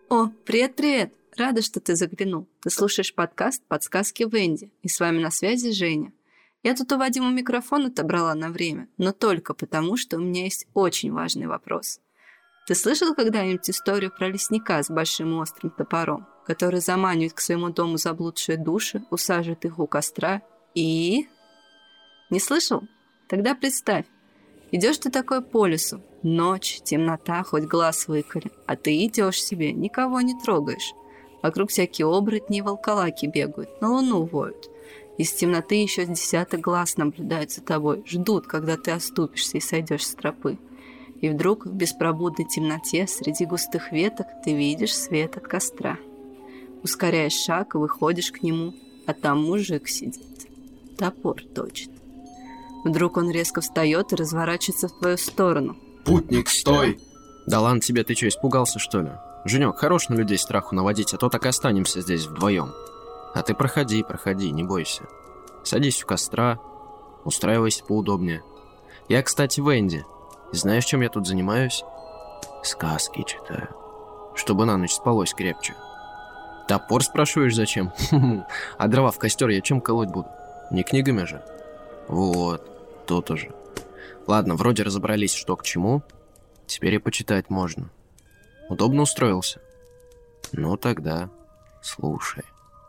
О, привет-привет! Рада, что ты заглянул. Ты слушаешь подкаст «Подсказки Венди», и с вами на связи Женя. Я тут у Вадима микрофон отобрала на время, но только потому, что у меня есть очень важный вопрос. Ты слышал когда-нибудь историю про лесника с большим острым топором, который заманивает к своему дому заблудшие души, усаживает их у костра и... Не слышал? Тогда представь. Идешь ты такой по лесу, ночь, темнота, хоть глаз выколи, а ты идешь себе, никого не трогаешь. Вокруг всякие оборотни и волколаки бегают, на луну воют. Из темноты еще с десяток глаз наблюдают за тобой, ждут, когда ты оступишься и сойдешь с тропы. И вдруг в беспробудной темноте среди густых веток ты видишь свет от костра. Ускоряешь шаг и выходишь к нему, а там мужик сидит, топор точит. Вдруг он резко встает и разворачивается в твою сторону. «Путник, стой!» Да ладно тебе, ты что, испугался, что ли? Женек, хорош на людей страху наводить, а то так и останемся здесь вдвоем. А ты проходи, не бойся. Садись у костра, устраивайся поудобнее. Я, кстати, Венди. И знаешь, чем я тут занимаюсь? Сказки читаю. Чтобы на ночь спалось крепче. Топор спрашиваешь, зачем? А дрова в костер я чем колоть буду? Не книгами же? Вот, тут уже. Ладно, вроде разобрались, что к чему. Теперь и почитать можно. Удобно устроился? Ну тогда слушай.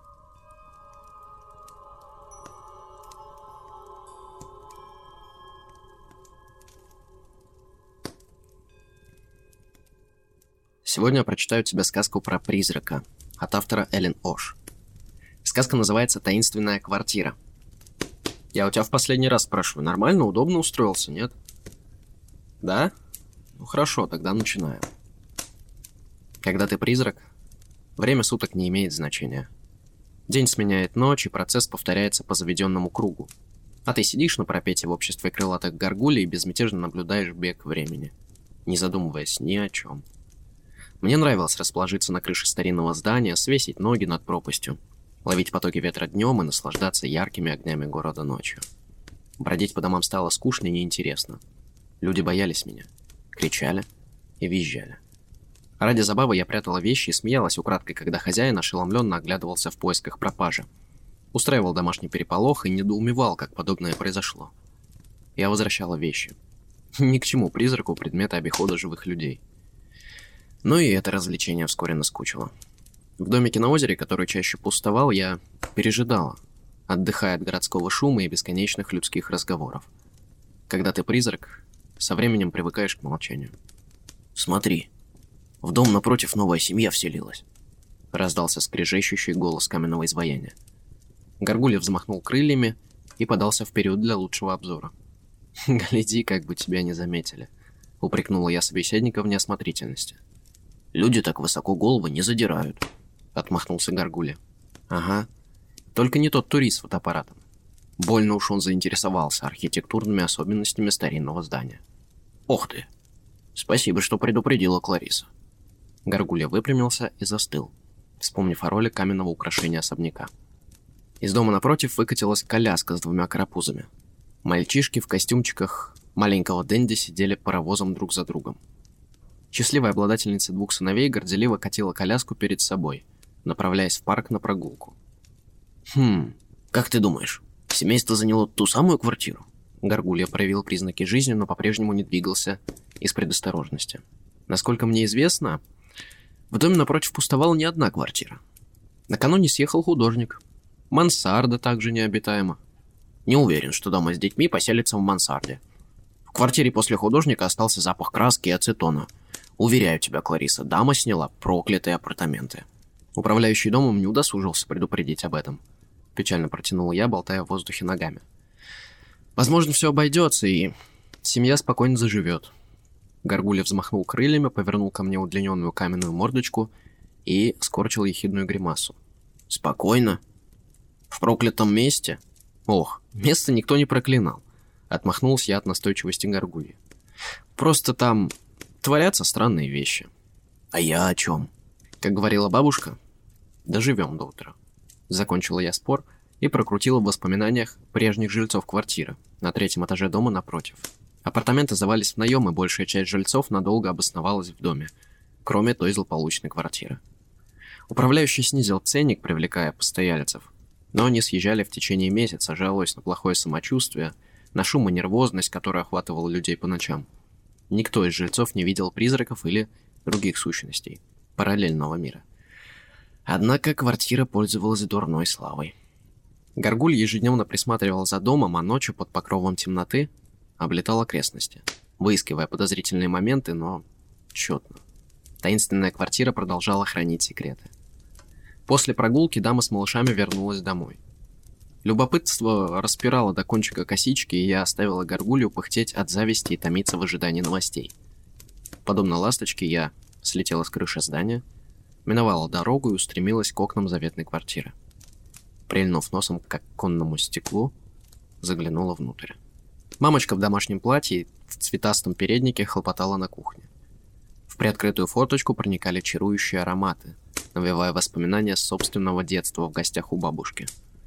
Сегодня я прочитаю тебе сказку про призрака от автора Эллен Ош. Сказка называется «Таинственная квартира». Я у тебя в последний раз спрашиваю, нормально, удобно устроился, нет? Да? Ну хорошо, тогда начинаем. Когда ты призрак, время суток не имеет значения. День сменяет ночь, и процесс повторяется по заведенному кругу. А ты сидишь на пропете в обществе крылатых горгулей и безмятежно наблюдаешь бег времени, не задумываясь ни о чем. Мне нравилось расположиться на крыше старинного здания, свесить ноги над пропастью, ловить потоки ветра днем и наслаждаться яркими огнями города ночью. Бродить по домам стало скучно и неинтересно. Люди боялись меня, кричали и визжали. Ради забавы я прятала вещи и смеялась украдкой, когда хозяин ошеломленно оглядывался в поисках пропажи. Устраивал домашний переполох и недоумевал, как подобное произошло. Я возвращала вещи. Ни к чему призраку предметы обихода живых людей. Но и это развлечение вскоре наскучило. В домике на озере, который чаще пустовал, я пережидала, отдыхая от городского шума и бесконечных людских разговоров. Когда ты призрак, со временем привыкаешь к молчанию. «Смотри, в дом напротив новая семья вселилась», — раздался скрежещущий голос каменного изваяния. Горгулья взмахнул крыльями и подался вперед для лучшего обзора. «Гляди, как бы тебя не заметили», — упрекнула я собеседника в неосмотрительности. «Люди так высоко головы не задирают», — отмахнулся Горгулья. «Ага, только не тот турист с фотоаппаратом. Больно уж он заинтересовался архитектурными особенностями старинного здания». «Ох ты! Спасибо, что предупредила, Клариса». Горгулья выпрямился и застыл, вспомнив о роли каменного украшения особняка. Из дома напротив выкатилась коляска с двумя карапузами. Мальчишки в костюмчиках маленького Дэнди сидели паровозом друг за другом. Счастливая обладательница двух сыновей горделиво катила коляску перед собой, направляясь в парк на прогулку. Как ты думаешь, семейство заняло ту самую квартиру?» Горгулья проявил признаки жизни, но по-прежнему не двигался из предосторожности. «Насколько мне известно, в доме напротив пустовала не одна квартира. Накануне съехал художник. Мансарда также необитаема. Не уверен, что дома с детьми поселится в мансарде. В квартире после художника остался запах краски и ацетона. Уверяю тебя, Клариса, дама сняла проклятые апартаменты». Управляющий домом не удосужился предупредить об этом. Печально протянула я, болтая в воздухе ногами. «Возможно, все обойдется, и семья спокойно заживет». Горгулья взмахнул крыльями, повернул ко мне удлиненную каменную мордочку и скорчил ехидную гримасу. «Спокойно? В проклятом месте?» «Ох, место никто не проклинал», — отмахнулся я от настойчивости Горгульи. «Просто там творятся странные вещи». «А я о чем?» «Как говорила бабушка, доживем до утра». Закончила я спор и прокрутила в воспоминаниях прежних жильцов квартиры на 3-м этаже дома напротив. Апартаменты сдавались в наем, и большая часть жильцов надолго обосновалась в доме, кроме той злополучной квартиры. Управляющий снизил ценник, привлекая постояльцев, но они съезжали в течение месяца, жалуясь на плохое самочувствие, на шум и нервозность, которая охватывала людей по ночам. Никто из жильцов не видел призраков или других сущностей параллельного мира. Однако квартира пользовалась дурной славой. Горгуль ежедневно присматривал за домом, а ночью под покровом темноты облетал окрестности, выискивая подозрительные моменты, но тщетно. Таинственная квартира продолжала хранить секреты. После прогулки дама с малышами вернулась домой. Любопытство распирало до кончика косички, и я оставила Горгулью пыхтеть от зависти и томиться в ожидании новостей. Подобно ласточке, я слетела с крыши здания, миновала дорогу и устремилась к окнам заветной квартиры. Прильнув носом к оконному стеклу, заглянула внутрь. Мамочка в домашнем платье и в цветастом переднике хлопотала на кухне. В приоткрытую форточку проникали чарующие ароматы, навевая воспоминания собственного детства в гостях у бабушки.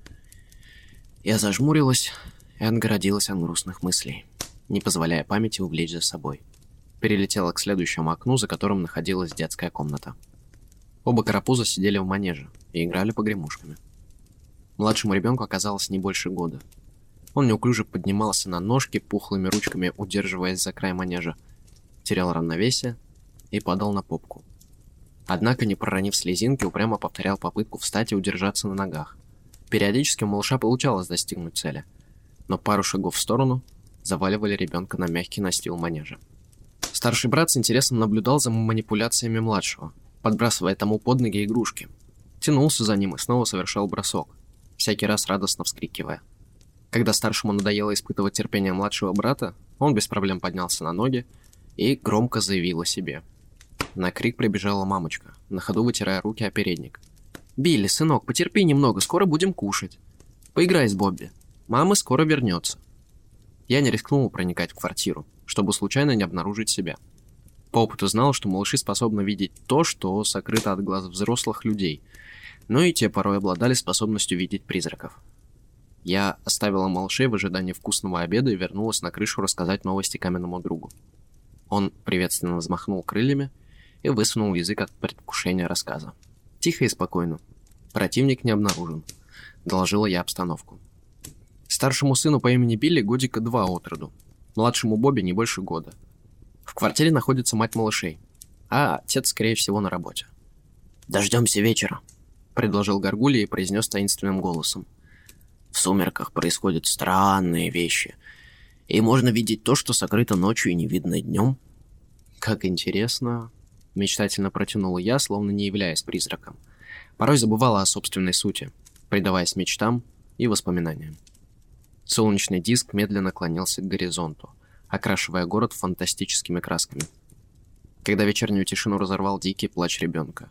Я зажмурилась и отгородилась от грустных мыслей, не позволяя памяти увлечь за собой. Перелетела к следующему окну, за которым находилась детская комната. Оба карапуза сидели в манеже и играли погремушками. Младшему ребенку оказалось не больше года. Он неуклюже поднимался на ножки, пухлыми ручками удерживаясь за край манежа, терял равновесие и падал на попку. Однако, не проронив слезинки, упрямо повторял попытку встать и удержаться на ногах. Периодически у малыша получалось достигнуть цели, но пару шагов в сторону заваливали ребенка на мягкий настил манежа. Старший брат с интересом наблюдал за манипуляциями младшего, подбрасывая тому под ноги игрушки. Тянулся за ним и снова совершал бросок, всякий раз радостно вскрикивая. Когда старшему надоело испытывать терпение младшего брата, он без проблем поднялся на ноги и громко заявил о себе. На крик прибежала мамочка, на ходу вытирая руки о передник. «Билли, сынок, потерпи немного, скоро будем кушать. Поиграй с Бобби. Мама скоро вернется». Я не рискнул проникать в квартиру, чтобы случайно не обнаружить себя. По опыту знал, что малыши способны видеть то, что сокрыто от глаз взрослых людей, но и те порой обладали способностью видеть призраков. Я оставила малышей в ожидании вкусного обеда и вернулась на крышу рассказать новости каменному другу. Он приветственно взмахнул крыльями и высунул язык от предвкушения рассказа. Тихо и спокойно. Противник не обнаружен. Доложила я обстановку. Старшему сыну по имени Билли годика 2 от роду. Младшему Бобби не больше года. В квартире находится мать малышей, а отец, скорее всего, на работе. «Дождемся вечера», — предложил Горгулья и произнес таинственным голосом. «В сумерках происходят странные вещи, и можно видеть то, что сокрыто ночью и не видно днем». «Как интересно», — мечтательно протянула я, словно не являясь призраком. Порой забывала о собственной сути, предаваясь мечтам и воспоминаниям. Солнечный диск медленно клонился к горизонту, окрашивая город фантастическими красками. Когда вечернюю тишину разорвал дикий плач ребенка.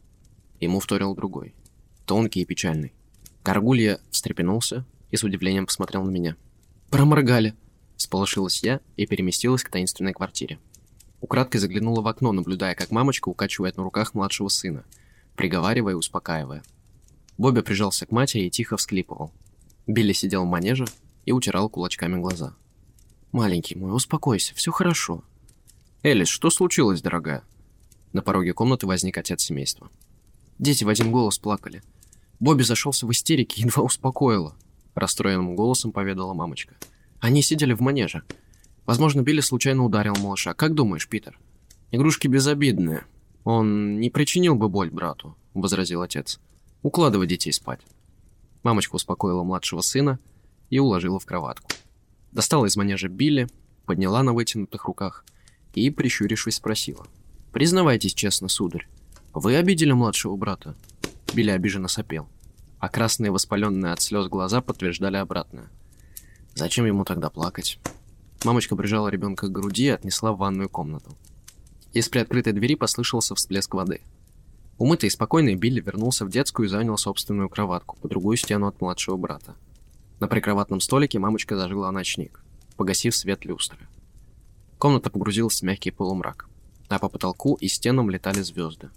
Ему вторил другой, тонкий и печальный. Горгулья встрепенулся и с удивлением посмотрел на меня. «Проморгали!» — всполошилась я и переместилась к таинственной квартире. Украдкой заглянула в окно, наблюдая, как мамочка укачивает на руках младшего сына, приговаривая и успокаивая. Бобби прижался к матери и тихо всхлипывал. Билли сидел в манеже и утирал кулачками глаза. «Маленький мой, успокойся, все хорошо». «Элис, что случилось, дорогая?» На пороге комнаты возник отец семейства. Дети в один голос плакали. Бобби зашелся в истерике и едва успокоила. Расстроенным голосом поведала мамочка. Они сидели в манеже. Возможно, Билли случайно ударил малыша. Как думаешь, Питер? Игрушки безобидные. Он не причинил бы боль брату, возразил отец. Укладывай детей спать. Мамочка успокоила младшего сына и уложила в кроватку. Достала из манежа Билли, подняла на вытянутых руках и, прищурившись, спросила. «Признавайтесь честно, сударь, вы обидели младшего брата?» Билли обиженно сопел, а красные воспаленные от слез глаза подтверждали обратное. Зачем ему тогда плакать? Мамочка прижала ребенка к груди и отнесла в ванную комнату. Из приоткрытой двери послышался всплеск воды. Умытый и спокойный Билли вернулся в детскую и занял собственную кроватку по другую стену от младшего брата. На прикроватном столике мамочка зажгла ночник, погасив свет люстры. Комната погрузилась в мягкий полумрак, а по потолку и стенам летали звезды.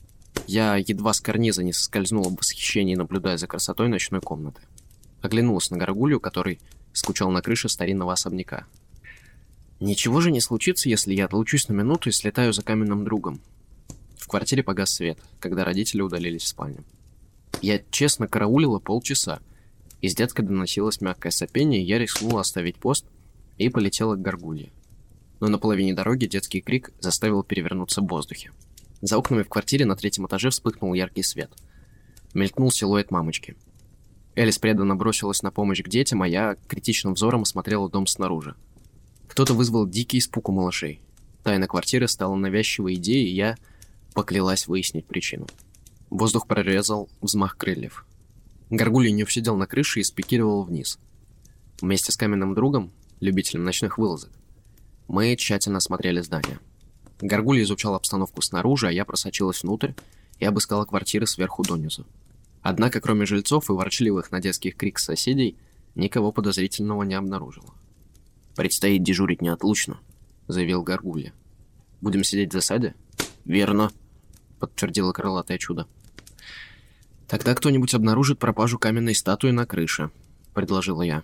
Я едва с карниза не соскользнула в восхищении, наблюдая за красотой ночной комнаты. Оглянулась на Горгулью, который скучал на крыше старинного особняка. Ничего же не случится, если я отлучусь на минуту и слетаю за каменным другом. В квартире погас свет, когда родители удалились в спальню. Я честно караулила полчаса. Из детской доносилось мягкое сопение, и я рискнула оставить пост и полетела к горгулье. Но на половине дороги детский крик заставил перевернуться в воздухе. За окнами в квартире на 3-м этаже вспыхнул яркий свет. Мелькнул силуэт мамочки. Элис преданно бросилась на помощь к детям, а я критичным взором осмотрела дом снаружи. Кто-то вызвал дикий испуг у малышей. Тайна квартиры стала навязчивой идеей, и я поклялась выяснить причину. Воздух прорезал взмах крыльев. Горгулья не сидел на крыше и спикировал вниз. Вместе с каменным другом, любителем ночных вылазок, мы тщательно осмотрели здание. Горгулья изучал обстановку снаружи, а я просочилась внутрь и обыскала квартиры сверху донизу. Однако, кроме жильцов и ворчливых на детских крик соседей, никого подозрительного не обнаружила. «Предстоит дежурить неотлучно», — заявил Горгулья. «Будем сидеть в засаде?» «Верно», — подтвердило крылатое чудо. «Тогда кто-нибудь обнаружит пропажу каменной статуи на крыше», — предложила я.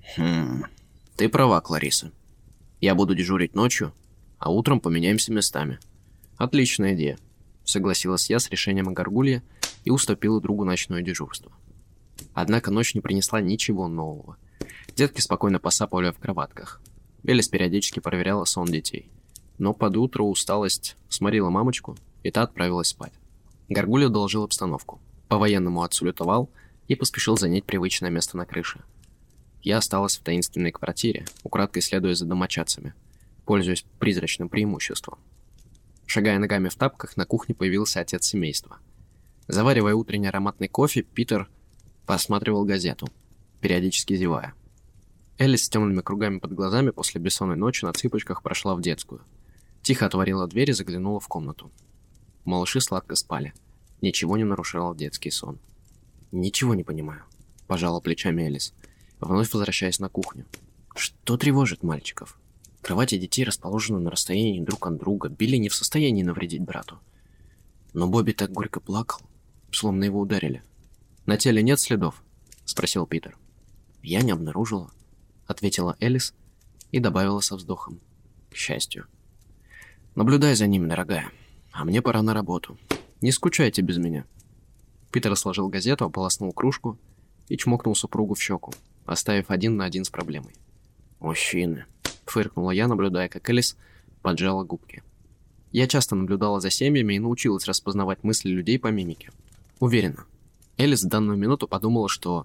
«Ты права, Клариса. Я буду дежурить ночью, а утром поменяемся местами». «Отличная идея», — согласилась я с решением Горгулья и уступила другу ночное дежурство. Однако ночь не принесла ничего нового. Детки спокойно посапывали в кроватках. Элис периодически проверяла сон детей. Но под утро усталость сморила мамочку, и та отправилась спать. Горгулья доложил обстановку. По-военному отсулетовал и поспешил занять привычное место на крыше. Я осталась в таинственной квартире, украдкой следуя за домочадцами, пользуясь призрачным преимуществом. Шагая ногами в тапках, на кухне появился отец семейства. Заваривая утренний ароматный кофе, Питер посматривал газету, периодически зевая. Элис с темными кругами под глазами после бессонной ночи на цыпочках прошла в детскую. Тихо отворила дверь и заглянула в комнату. Малыши сладко спали. Ничего не нарушало детский сон. «Ничего не понимаю», — пожала плечами Элис, вновь возвращаясь на кухню. «Что тревожит мальчиков? Кровати детей расположены на расстоянии друг от друга. Билли не в состоянии навредить брату. Но Бобби так горько плакал, словно его ударили». «На теле нет следов?» — спросил Питер. «Я не обнаружила», — ответила Элис и добавила со вздохом. «К счастью. Наблюдай за ними, дорогая. А мне пора на работу. Не скучайте без меня». Питер сложил газету, ополоснул кружку и чмокнул супругу в щеку, оставив 1 на 1 с проблемой. «Мужчины», — фыркнула я, наблюдая, как Элис поджала губки. Я часто наблюдала за семьями и научилась распознавать мысли людей по мимике. Уверена, Элис в данную минуту подумала, что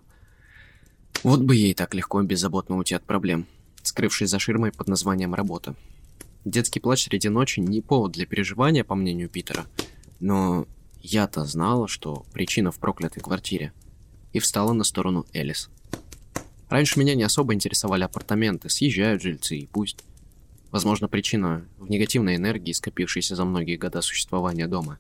вот бы ей так легко и беззаботно уйти от проблем, скрывшись за ширмой под названием «работа». Детский плач среди ночи не повод для переживания, по мнению Питера, но я-то знала, что причина в проклятой квартире, и встала на сторону Элис. Раньше меня не особо интересовали апартаменты, съезжают жильцы и пусть. Возможно, причина в негативной энергии, скопившейся за многие года существования дома.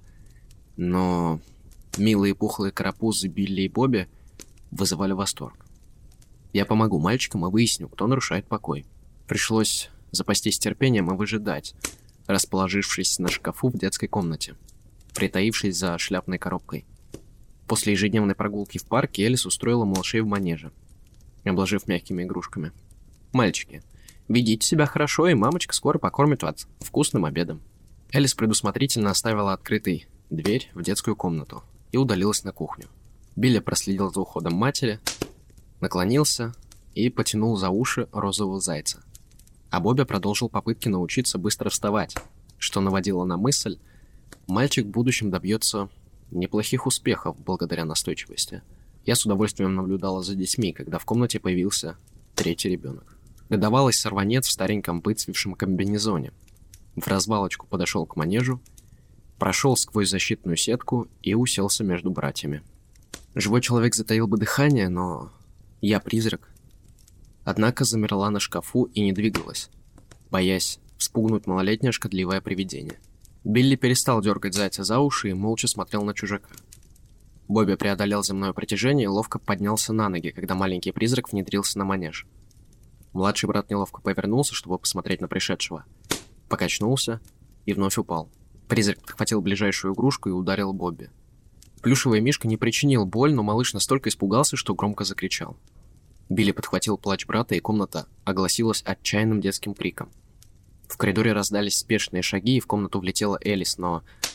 Но милые пухлые карапузы Билли и Бобби вызывали восторг. Я помогу мальчикам и выясню, кто нарушает покой. Пришлось запастись терпением и выжидать, расположившись на шкафу в детской комнате, притаившись за шляпной коробкой. После ежедневной прогулки в парке Элис устроила малышей в манеже, обложив мягкими игрушками. «Мальчики, ведите себя хорошо, и мамочка скоро покормит вас вкусным обедом». Элис предусмотрительно оставила открытой дверь в детскую комнату и удалилась на кухню. Билли проследил за уходом матери, наклонился и потянул за уши розового зайца. А Бобби продолжил попытки научиться быстро вставать, что наводило на мысль, мальчик в будущем добьется неплохих успехов благодаря настойчивости. Я с удовольствием наблюдала за детьми, когда в комнате появился 3-й ребенок. Годовалый сорванец в стареньком выцвевшем комбинезоне. В развалочку подошел к манежу, прошел сквозь защитную сетку и уселся между братьями. Живой человек затаил бы дыхание, но я призрак. Однако замерла на шкафу и не двигалась, боясь вспугнуть малолетнее шкодливое привидение. Билли перестал дергать зайца за уши и молча смотрел на чужака. Бобби преодолел земное притяжение и ловко поднялся на ноги, когда маленький призрак внедрился на манеж. Младший брат неловко повернулся, чтобы посмотреть на пришедшего. Покачнулся и вновь упал. Призрак подхватил ближайшую игрушку и ударил Бобби. Плюшевый мишка не причинил боль, но малыш настолько испугался, что громко закричал. Билли подхватил плач брата, и комната огласилась отчаянным детским криком. В коридоре раздались спешные шаги, и в комнату влетела Элис, но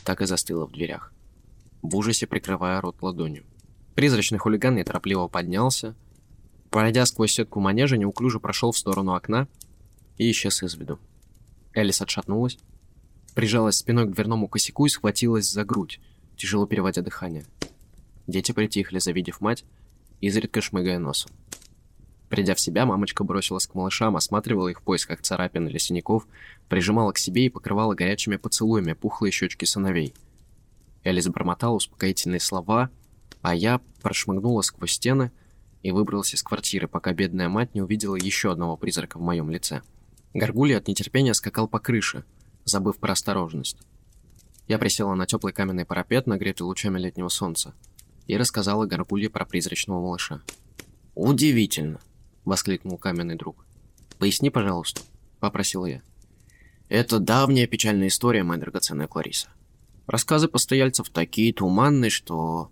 так и застыла в дверях, в ужасе прикрывая рот ладонью. Призрачный хулиган неторопливо поднялся, пройдя сквозь сетку манежа, неуклюже прошел в сторону окна и исчез из виду. Элис отшатнулась, прижалась спиной к дверному косяку и схватилась за грудь, тяжело переводя дыхание. Дети притихли, завидев мать, изредка шмыгая носом. Придя в себя, мамочка бросилась к малышам, осматривала их в поисках царапин или синяков, прижимала к себе и покрывала горячими поцелуями пухлые щечки сыновей. Элис бормотала успокоительные слова, а я прошмыгнула сквозь стены и выбрался из квартиры, пока бедная мать не увидела еще одного призрака в моем лице. Гаргулья от нетерпения скакал по крыше, забыв про осторожность. Я присела на теплый каменный парапет, нагретый лучами летнего солнца, и рассказала Гаргулье про призрачного малыша. «Удивительно!» — воскликнул каменный друг. «Поясни, пожалуйста», — попросил я. «Это давняя печальная история, моя драгоценная Клариса. Рассказы постояльцев такие туманные, что...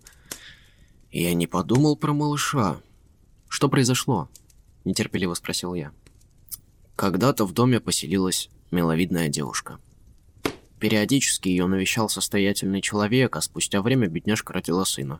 я не подумал про малыша». «Что произошло?» — нетерпеливо спросил я. Когда-то в доме поселилась миловидная девушка. Периодически ее навещал состоятельный человек, а спустя время бедняжка родила сына.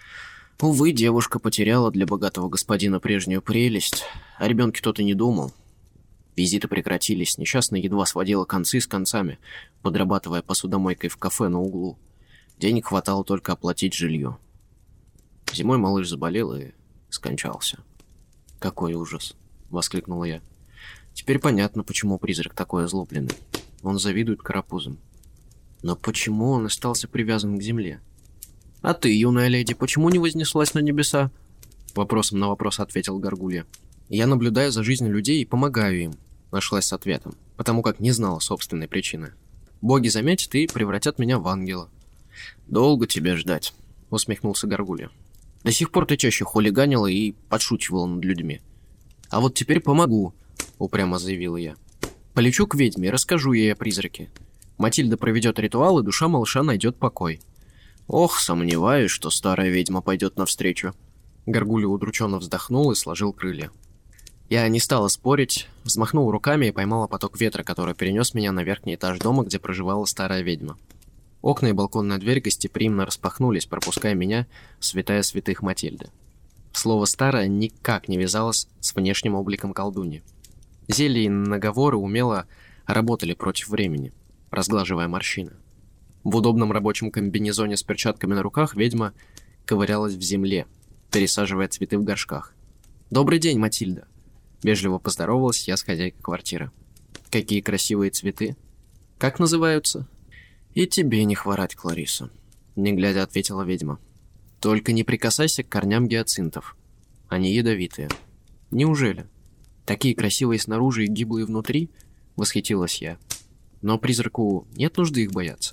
Увы, девушка потеряла для богатого господина прежнюю прелесть, о ребенке тот и не думал. Визиты прекратились, несчастная едва сводила концы с концами, подрабатывая посудомойкой в кафе на углу. Денег хватало только оплатить жилье. Зимой малыш заболел и скончался. «Какой ужас!» — воскликнула я. «Теперь понятно, почему призрак такой озлобленный. Он завидует карапузам. Но почему он остался привязан к земле? А ты, юная леди, почему не вознеслась на небеса?» Вопросом на вопрос ответил Гаргулья. «Я наблюдаю за жизнью людей и помогаю им», — нашлась с ответом, потому как не знала собственной причины. «Боги заметят и превратят меня в ангела». «Долго тебе ждать», — усмехнулся Гаргулья. «До сих пор ты чаще хулиганила и подшучивала над людьми. А вот теперь помогу», — упрямо заявила я. «Полечу к ведьме и расскажу ей о призраке. Матильда проведет ритуал, и душа малыша найдет покой». «Ох, сомневаюсь, что старая ведьма пойдет навстречу». Гаргулья удрученно вздохнул и сложил крылья. Я не стала спорить, взмахнул руками и поймала поток ветра, который перенес меня на верхний этаж дома, где проживала старая ведьма. Окна и балконная дверь гостеприимно распахнулись, пропуская меня в святая святых Матильды. Слово «старая» никак не вязалось с внешним обликом колдуньи. Зелья и наговоры умело работали против времени, разглаживая морщины. В удобном рабочем комбинезоне с перчатками на руках ведьма ковырялась в земле, пересаживая цветы в горшках. «Добрый день, Матильда!» Вежливо поздоровалась я с хозяйкой квартиры. «Какие красивые цветы! Как называются?» «И тебе не хворать, Клариса», — не глядя ответила ведьма. «Только не прикасайся к корням гиацинтов. Они ядовитые». «Неужели? Такие красивые снаружи и гиблые внутри?» — восхитилась я. «Но призраку нет нужды их бояться».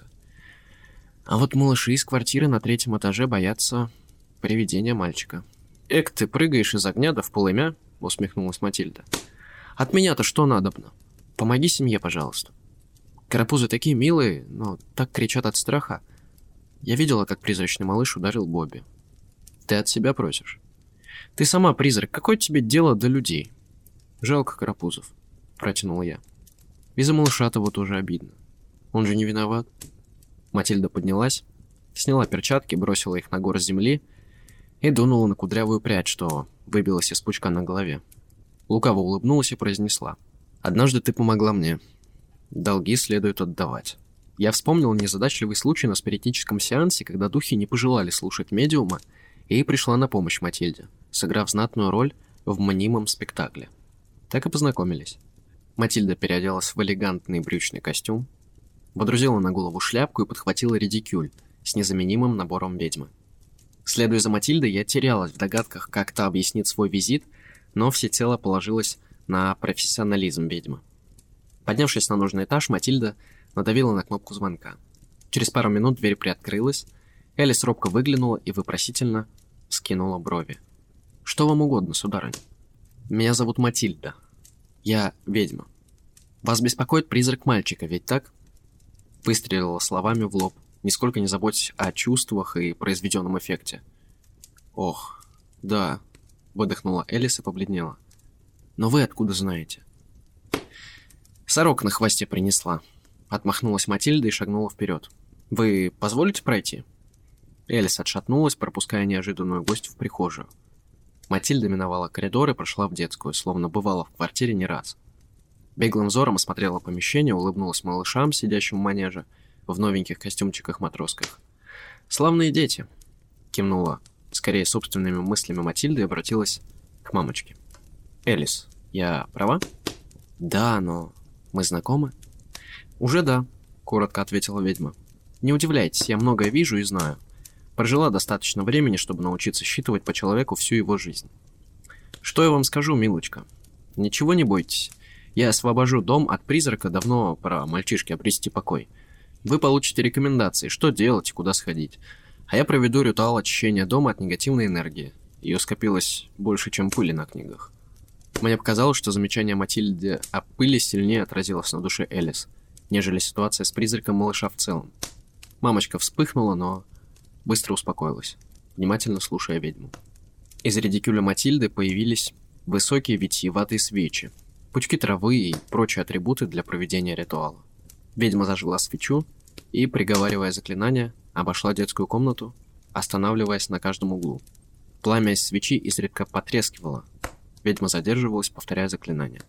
А вот малыши из квартиры на 3-м этаже боятся привидения мальчика. «Эк, ты прыгаешь из огня да в полымя?» — усмехнулась Матильда. «От меня-то что надобно? Помоги семье, пожалуйста. Карапузы такие милые, но так кричат от страха. Я видела, как призрачный малыш ударил Бобби». «Ты от себя просишь? Ты сама призрак, какое тебе дело до людей?» «Жалко карапузов», — протянул я. «И за малыша-то вот уже обидно. Он же не виноват». Матильда поднялась, сняла перчатки, бросила их на горсть земли и дунула на кудрявую прядь, что выбилась из пучка на голове. Лукаво улыбнулась и произнесла: «Однажды ты помогла мне. Долги следует отдавать». Я вспомнил незадачливый случай на спиритическом сеансе, когда духи не пожелали слушать медиума, и пришла на помощь Матильде, сыграв знатную роль в мнимом спектакле. Так и познакомились. Матильда переоделась в элегантный брючный костюм, водрузила на голову шляпку и подхватила редикюль с незаменимым набором ведьмы. Следуя за Матильдой, я терялась в догадках, как та объяснит свой визит, но всецело положилась на профессионализм ведьмы. Поднявшись на нужный этаж, Матильда надавила на кнопку звонка. Через пару минут дверь приоткрылась, Элис робко выглянула и вопросительно скинула брови. «Что вам угодно, сударыня?» «Меня зовут Матильда. Я ведьма. Вас беспокоит призрак мальчика, ведь так?» Выстрелила словами в лоб, нисколько не заботясь о чувствах и произведенном эффекте. «Ох, да», — выдохнула Элис и побледнела. «Но вы откуда знаете?» «Сорок на хвосте принесла», — отмахнулась Матильда и шагнула вперед. «Вы позволите пройти?» Элис отшатнулась, пропуская неожиданную гостью в прихожую. Матильда миновала коридор и прошла в детскую, словно бывала в квартире не раз. Беглым взором осмотрела помещение, улыбнулась малышам, сидящим в манеже, в новеньких костюмчиках-матросках. «Славные дети!» — кивнула, скорее собственными мыслями Матильда, и обратилась к мамочке. «Элис, я права?» «Да, но мы знакомы?» «Уже да», — коротко ответила ведьма. «Не удивляйтесь, я многое вижу и знаю. Прожила достаточно времени, чтобы научиться считывать по человеку всю его жизнь. Что я вам скажу, милочка? Ничего не бойтесь. Я освобожу дом от призрака, давно пора мальчишке обрести покой. Вы получите рекомендации, что делать и куда сходить. А я проведу ритуал очищения дома от негативной энергии. Ее скопилось больше, чем пыли на книгах». Мне показалось, что замечание Матильды о пыли сильнее отразилось на душе Элис, нежели ситуация с призраком малыша в целом. Мамочка вспыхнула, но быстро успокоилась, внимательно слушая ведьму. Из редикюля Матильды появились высокие витиеватые свечи, пучки травы и прочие атрибуты для проведения ритуала. Ведьма зажгла свечу и, приговаривая заклинание, обошла детскую комнату, останавливаясь на каждом углу. Пламя из свечи изредка потрескивало. Ведьма задерживалась, повторяя заклинание.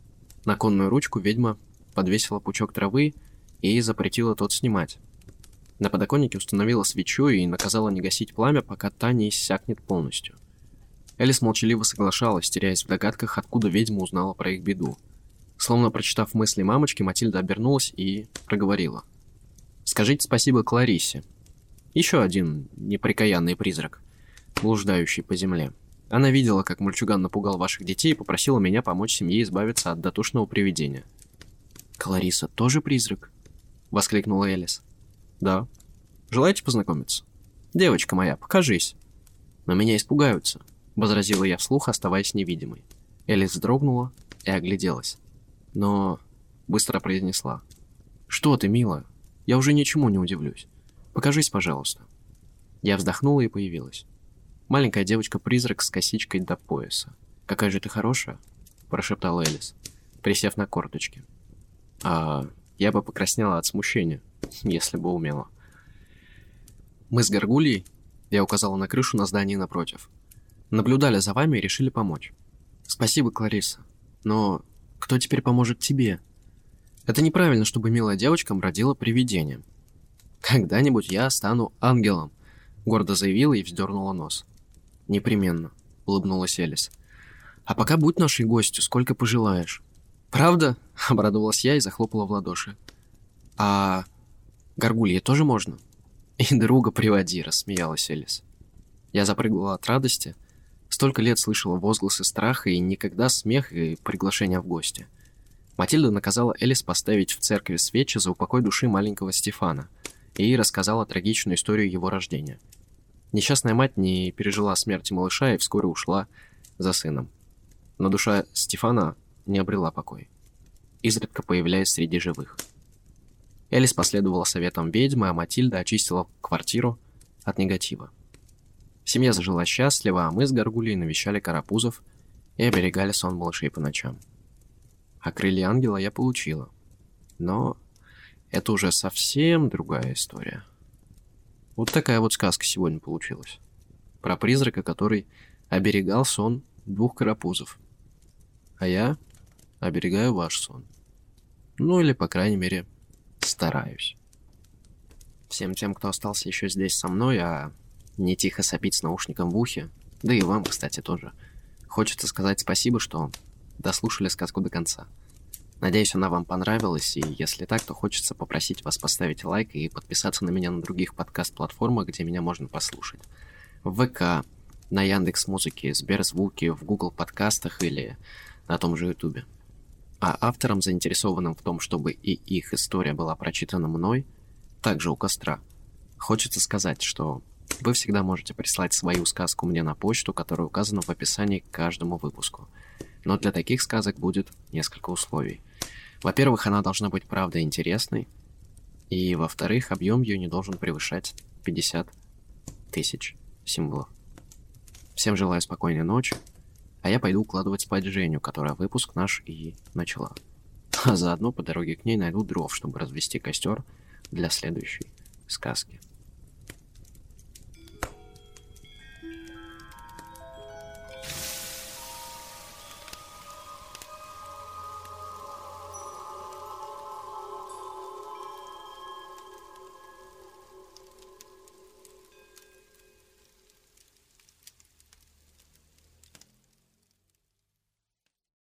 На конную ручку ведьма подвесила пучок травы и запретила тот снимать. На подоконнике установила свечу и наказала не гасить пламя, пока та не иссякнет полностью. Элис молчаливо соглашалась, теряясь в догадках, откуда ведьма узнала про их беду. Словно прочитав мысли мамочки, Матильда обернулась и проговорила. «Скажите спасибо Кларисе. Еще один неприкаянный призрак, блуждающий по земле. Она видела, как мальчуган напугал ваших детей и попросила меня помочь семье избавиться от дотошного привидения». «Клариса тоже призрак?» — воскликнула Элис. «Да. Желаете познакомиться? Девочка моя, покажись». «Но меня испугаются», — возразила я вслух, оставаясь невидимой. Элис вздрогнула и огляделась. Но быстро произнесла. «Что ты, милая? Я уже ничему не удивлюсь. Покажись, пожалуйста». Я вздохнула и появилась. Маленькая девочка-призрак с косичкой до пояса. «Какая же ты хорошая», — прошептала Элис, присев на корточки. «А я бы покраснела от смущения, если бы умела». «Мы с Горгульей», — я указала на крышу на здании напротив, «наблюдали за вами и решили помочь». «Спасибо, Клариса. Но кто теперь поможет тебе? Это неправильно, чтобы милая девочка бродила привидением». «Когда-нибудь я стану ангелом», — гордо заявила и вздернула нос. «Непременно», — улыбнулась Элис. «А пока будь нашей гостью, сколько пожелаешь». «Правда?» — обрадовалась я и захлопала в ладоши. «А Горгулье тоже можно?» «И друга приводи», — рассмеялась Элис. Я запрыгала от радости. Столько лет слышала возгласы страха и никогда смех и приглашения в гости. Матильда наказала Элис поставить в церкви свечи за упокой души маленького Стефана и рассказала трагичную историю его рождения. Несчастная мать не пережила смерти малыша и вскоре ушла за сыном. Но душа Стефана не обрела покой, изредка появляясь среди живых. Элис последовала советам ведьмы, а Матильда очистила квартиру от негатива. Семья зажила счастливо, а мы с Горгульей навещали карапузов и оберегали сон малышей по ночам. А крылья ангела я получила. Но это уже совсем другая история. Вот такая вот сказка сегодня получилась. Про призрака, который оберегал сон 2 карапузов. А я оберегаю ваш сон. Ну или, по крайней мере, стараюсь. Всем тем, кто остался еще здесь со мной, а не тихо сопить с наушником в ухе, да и вам, кстати, тоже, хочется сказать спасибо, что дослушали сказку до конца. Надеюсь, она вам понравилась, и если так, то хочется попросить вас поставить лайк и подписаться на меня на других подкаст-платформах, где меня можно послушать. В ВК, на Яндекс.Музыке, Сберзвуке, в Google подкастах или на том же Ютубе. А авторам, заинтересованным в том, чтобы и их история была прочитана мной, также у костра, хочется сказать, что вы всегда можете прислать свою сказку мне на почту, которая указана в описании к каждому выпуску. Но для таких сказок будет несколько условий. Во-первых, она должна быть правда интересной. И во-вторых, объем ее не должен превышать 50 тысяч символов. Всем желаю спокойной ночи. А я пойду укладывать спать Женю, которая выпуск наш и начала. А заодно по дороге к ней найду дров, чтобы развести костер для следующей сказки.